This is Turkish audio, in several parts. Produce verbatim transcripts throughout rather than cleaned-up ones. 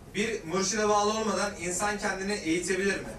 Bir mürşide bağlı olmadan insan kendini eğitebilir mi?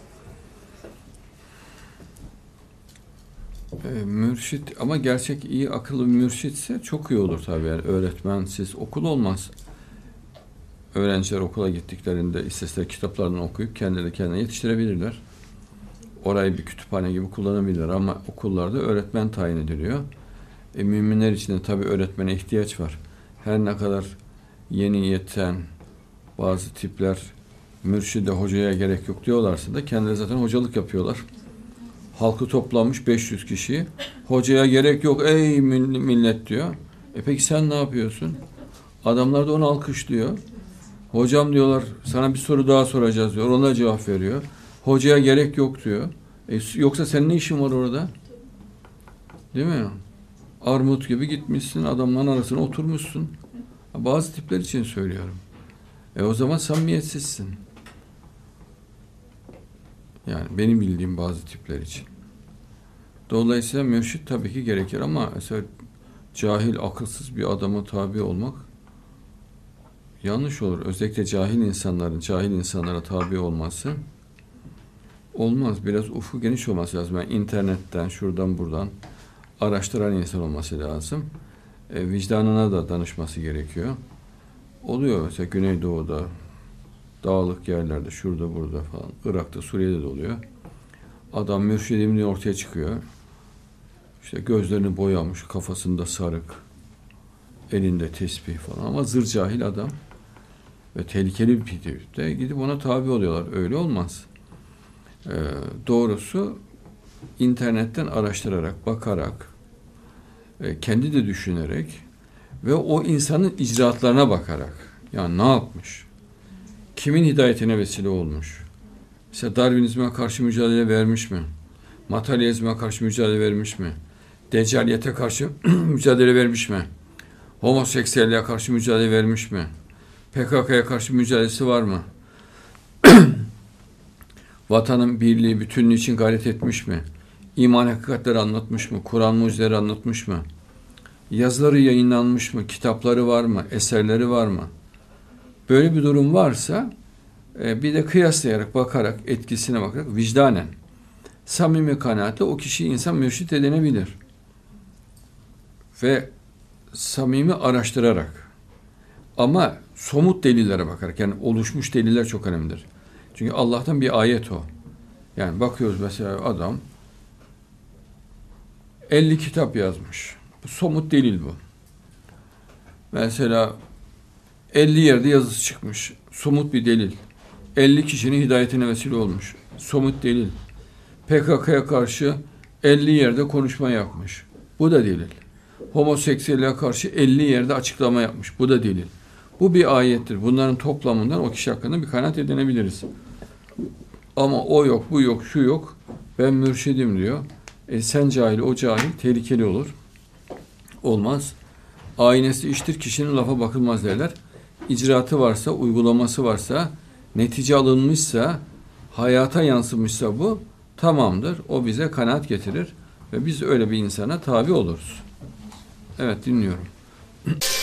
E, mürşit ama gerçek iyi akıllı bir mürşitse çok iyi olur tabii. Yani öğretmensiz okul olmaz. Öğrenciler okula gittiklerinde istedikleri kitaplarını okuyup kendileri kendine yetiştirebilirler. Orayı bir kütüphane gibi kullanabilirler ama okullarda öğretmen tayin ediliyor. E, müminler için de tabii öğretmene ihtiyaç var. Her ne kadar yeni yeten bazı tipler mürşide, hocaya gerek yok diyorlarsa da kendileri zaten hocalık yapıyorlar. Halkı toplanmış beş yüz kişi. Hocaya gerek yok ey millet diyor. E peki sen ne yapıyorsun? Adamlar da onu alkışlıyor. Hocam diyorlar sana bir soru daha soracağız diyor. Ona cevap veriyor. Hocaya gerek yok diyor. E, yoksa senin ne işin var orada? Değil mi? Armut gibi gitmişsin, adamların arasına oturmuşsun. Bazı tipler için söylüyorum. E o zaman samimiyetsizsin. Yani benim bildiğim bazı tipler için. Dolayısıyla mürşit tabii ki gerekir ama mesela cahil, akılsız bir adama tabi olmak yanlış olur. Özellikle cahil insanların, cahil insanlara tabi olması olmaz. Biraz ufku geniş olması lazım. Yani internetten, şuradan buradan araştıran insan olması lazım. E, vicdanına da danışması gerekiyor. Oluyor mesela Güneydoğu'da, dağlık yerlerde, şurada burada falan, Irak'ta, Suriye'de de oluyor. Adam mürşidim diye ortaya çıkıyor. İşte gözlerini boyamış, kafasında sarık, elinde tesbih falan ama zır cahil adam ve tehlikeli bir tipte gidip ona tabi oluyorlar. Öyle olmaz. Ee, doğrusu internetten araştırarak, bakarak, e, kendi de düşünerek ve o insanın icraatlarına bakarak, yani ne yapmış, kimin hidayetine vesile olmuş, mesela Darwinizme karşı mücadele vermiş mi, materyalizme karşı mücadele vermiş mi, deccaliyete karşı mücadele vermiş mi, homoseksüelliğe karşı mücadele vermiş mi, P K K'ya karşı mücadelesi var mı, vatanın birliği, bütünlüğü için gayret etmiş mi, iman hakikatleri anlatmış mı, Kur'an mucizeleri anlatmış mı, yazıları yayınlanmış mı, kitapları var mı, eserleri var mı? Böyle bir durum varsa e, bir de kıyaslayarak, bakarak, etkisine bakarak, vicdanen, samimi kanaatle o kişiyi insan mürşit edinebilir. Ve samimi araştırarak ama somut delillere bakarak, yani oluşmuş deliller çok önemlidir. Çünkü Allah'tan bir ayet o. Yani bakıyoruz mesela adam elli kitap yazmış. Bu somut delil bu. Mesela elli yerde yazısı çıkmış. Somut bir delil. elli kişinin hidayetine vesile olmuş. Somut delil. P K K'ya karşı elli yerde konuşma yapmış. Bu da delil. Homoseksüelliğe karşı elli yerde açıklama yapmış. Bu da delil. Bu bir ayettir. Bunların toplamından o kişi hakkında bir kanaat edinebiliriz. Ama o yok, bu yok, şu yok. Ben mürşidim diyor. E sen cahil, o cahil, tehlikeli olur. Olmaz. Aynesi iştir, kişinin lafa bakılmaz derler. İcraatı varsa, uygulaması varsa, netice alınmışsa, hayata yansımışsa bu tamamdır. O bize kanaat getirir ve biz öyle bir insana tabi oluruz. Evet, dinliyorum.